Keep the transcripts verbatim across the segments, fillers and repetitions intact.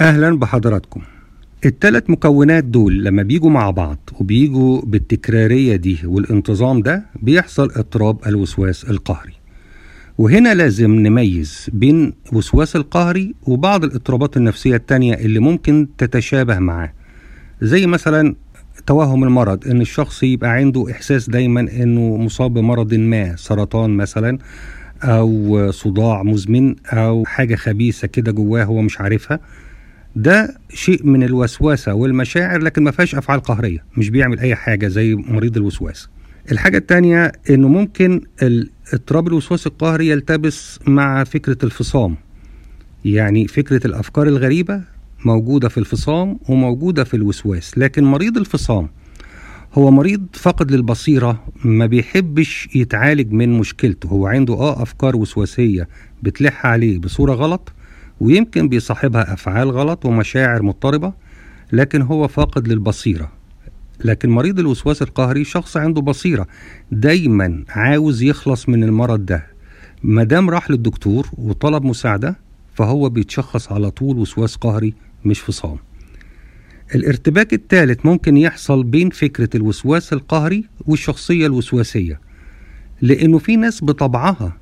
أهلا بحضراتكم. الثلاث مكونات دول لما بيجوا مع بعض وبيجوا بالتكرارية دي والانتظام ده بيحصل اضطراب الوسواس القهري. وهنا لازم نميز بين وسواس القهري وبعض الاضطرابات النفسية التانية اللي ممكن تتشابه معاه، زي مثلا توهم المرض، ان الشخص يبقى عنده احساس دايما انه مصاب بمرض ما، سرطان مثلا، او صداع مزمن، او حاجة خبيثة كده جواه هو مش عارفها. ده شيء من الوسوسة والمشاعر، لكن ما فيهاش افعال قهرية، مش بيعمل اي حاجة زي مريض الوسواس. الحاجة التانية انه ممكن اضطراب الوسواس القهري يلتبس مع فكرة الفصام، يعني فكرة الافكار الغريبة موجودة في الفصام وموجودة في الوسواس. لكن مريض الفصام هو مريض فقد للبصيرة، ما بيحبش يتعالج من مشكلته. هو عنده اه افكار وسواسية بتلح عليه بصورة غلط، ويمكن بيصاحبها افعال غلط ومشاعر مضطربة، لكن هو فاقد للبصيرة. لكن مريض الوسواس القهري شخص عنده بصيرة، دايما عاوز يخلص من المرض ده. مادام راح للدكتور وطلب مساعدة فهو بيتشخص على طول وسواس قهري مش فصام. الارتباك الثالث ممكن يحصل بين فكرة الوسواس القهري والشخصية الوسواسية، لأنه في ناس بطبعها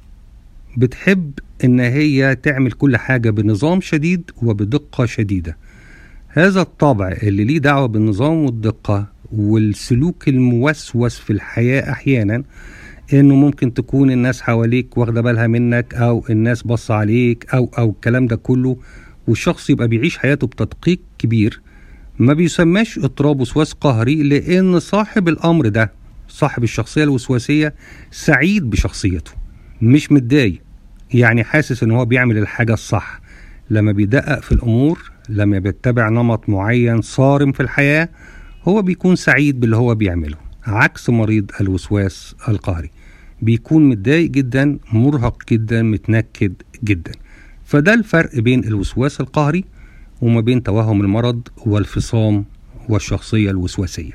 بتحب إن هي تعمل كل حاجة بنظام شديد وبدقة شديدة. هذا الطبع اللي ليه دعوة بالنظام والدقة والسلوك الموسوس في الحياة أحيانا، إنه ممكن تكون الناس حواليك واخدة بالها منك، أو الناس بص عليك، أو أو الكلام ده كله، والشخص يبقى بيعيش حياته بتدقيق كبير، ما بيسماش اضطراب وسواس قهري، لأن صاحب الأمر ده، صاحب الشخصية الوسواسية، سعيد بشخصيته، مش متضايق، يعني حاسس إن هو بيعمل الحاجة الصح. لما بيدقق في الأمور، لما بيتبع نمط معين صارم في الحياة، هو بيكون سعيد باللي هو بيعمله، عكس مريض الوسواس القهري بيكون متضايق جدا، مرهق جدا، متنكد جدا. فده الفرق بين الوسواس القهري وما بين توهم المرض والفصام والشخصية الوسواسية.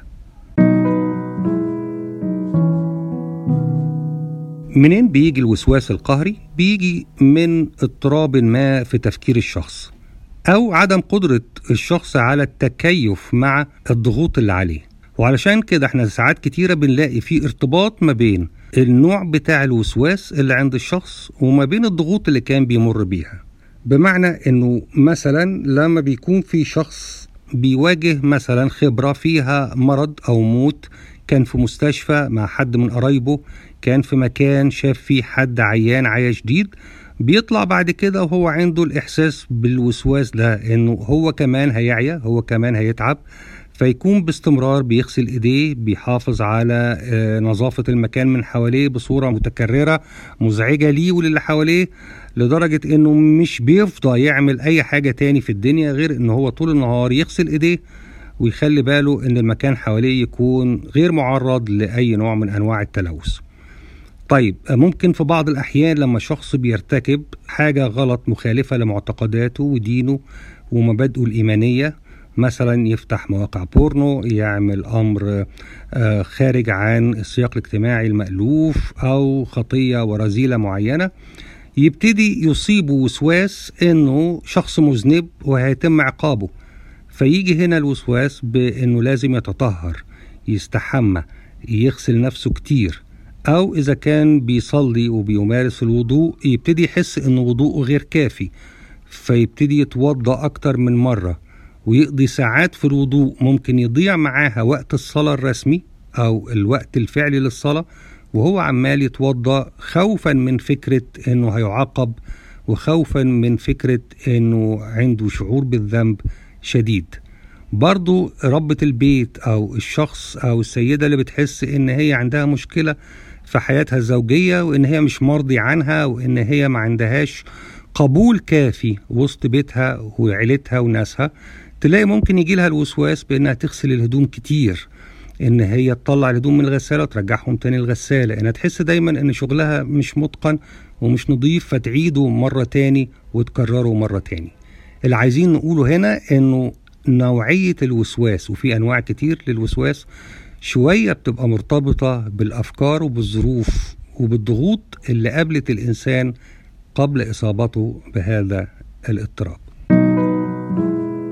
منين بيجي الوسواس القهري؟ بيجي من اضطراب ما في تفكير الشخص، أو عدم قدرة الشخص على التكيف مع الضغوط اللي عليه. وعلشان كده احنا ساعات كتيرة بنلاقي في ارتباط ما بين النوع بتاع الوسواس اللي عند الشخص وما بين الضغوط اللي كان بيمر بيها. بمعنى انه مثلا لما بيكون في شخص بيواجه مثلا خبرة فيها مرض او موت، كان في مستشفى مع حد من قرايبه، كان في مكان شاف فيه حد عيان عيا شديد، بيطلع بعد كده وهو عنده الإحساس بالوسواس ده، إنه هو كمان هيعيا، هو كمان هيتعب، فيكون باستمرار بيغسل إيديه، بيحافظ على نظافة المكان من حواليه بصورة متكررة مزعجة ليه وللي حواليه، لدرجة إنه مش بيفضى يعمل أي حاجة تاني في الدنيا غير إنه هو طول النهار يغسل إيديه ويخلي باله إن المكان حواليه يكون غير معرض لأي نوع من أنواع التلوث. طيب، ممكن في بعض الأحيان لما شخص بيرتكب حاجة غلط مخالفة لمعتقداته ودينه ومبادئه الإيمانية، مثلا يفتح مواقع بورنو، يعمل أمر خارج عن السياق الاجتماعي المألوف، أو خطية ورذيلة معينة، يبتدي يصيبه وسواس إنه شخص مذنب وهيتم عقابه. فيجي هنا الوسواس بإنه لازم يتطهر، يستحمى، يغسل نفسه كتير، أو إذا كان بيصلي وبيمارس الوضوء يبتدي يحس إن وضوءه غير كافي، فيبتدي يتوضأ أكتر من مرة ويقضي ساعات في الوضوء، ممكن يضيع معاها وقت الصلاة الرسمي أو الوقت الفعلي للصلاة وهو عمال يتوضأ، خوفا من فكرة إنه هيعاقب، وخوفا من فكرة إنه عنده شعور بالذنب شديد. برضو ربة البيت أو الشخص أو السيدة اللي بتحس إن هي عندها مشكلة في حياتها الزوجية، وإن هي مش مرضي عنها، وإن هي ما عندهاش قبول كافي وسط بيتها وعيلتها وناسها، تلاقي ممكن يجي لها الوسواس بإنها تغسل الهدوم كتير، إن هي تطلع الهدوم من الغسالة وترجعهم تاني الغسالة، إنها تحس دايما إن شغلها مش متقن ومش نظيف، فتعيده مرة تاني وتكرره مرة تاني. اللي عايزين نقوله هنا إنه نوعية الوسواس، وفي أنواع كتير للوسواس، شوية بتبقى مرتبطة بالأفكار وبالظروف وبالضغوط اللي قابلت الإنسان قبل إصابته بهذا الاضطراب.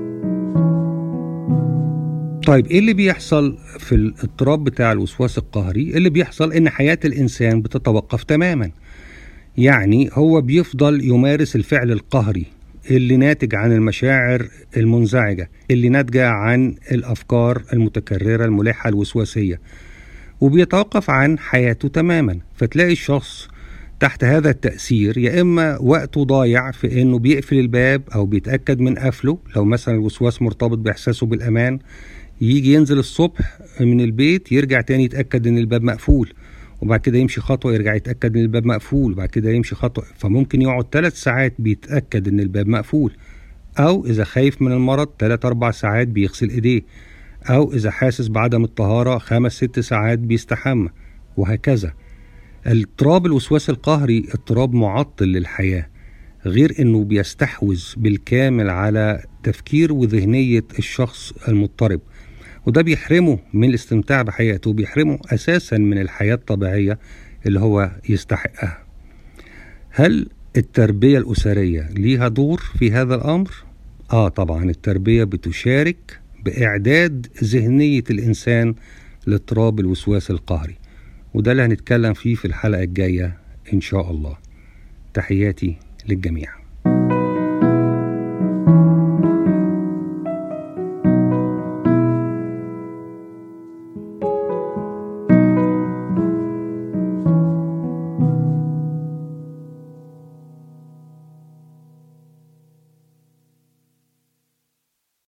طيب ايه اللي بيحصل في الاضطراب بتاع الوسواس القهري؟ اللي بيحصل ان حياة الانسان بتتوقف تماما. يعني هو بيفضل يمارس الفعل القهري اللي ناتج عن المشاعر المنزعجة، اللي ناتجة عن الافكار المتكررة الملحة الوسواسية، وبيتوقف عن حياته تماما. فتلاقي الشخص تحت هذا التأثير يا إما وقته ضايع في إنه بيقفل الباب أو بيتأكد من قفله، لو مثلا الوسواس مرتبط بإحساسه بالأمان، يجي ينزل الصبح من البيت يرجع تاني يتأكد إن الباب مقفول، وبعد كده يمشي خطوة يرجع يتأكد إن الباب مقفول، وبعد كده يمشي خطوة، فممكن يقعد ثلاث ساعات بيتأكد إن الباب مقفول. أو إذا خايف من المرض ثلاث أربع ساعات بيغسل إيديه، أو إذا حاسس بعدم الطهارة خمس ست ساعات بيستحمى، وهكذا. اضطراب الوسواس القهري اضطراب معطل للحياة، غير انه بيستحوذ بالكامل على تفكير وذهنية الشخص المضطرب، وده بيحرمه من الاستمتاع بحياته، بيحرمه اساسا من الحياة الطبيعية اللي هو يستحقها. هل التربية الأسرية ليها دور في هذا الأمر؟ آه طبعا، التربية بتشارك بإعداد ذهنية الإنسان لاضطراب الوسواس القهري، وده اللي هنتكلم فيه في الحلقة الجاية إن شاء الله. تحياتي للجميع.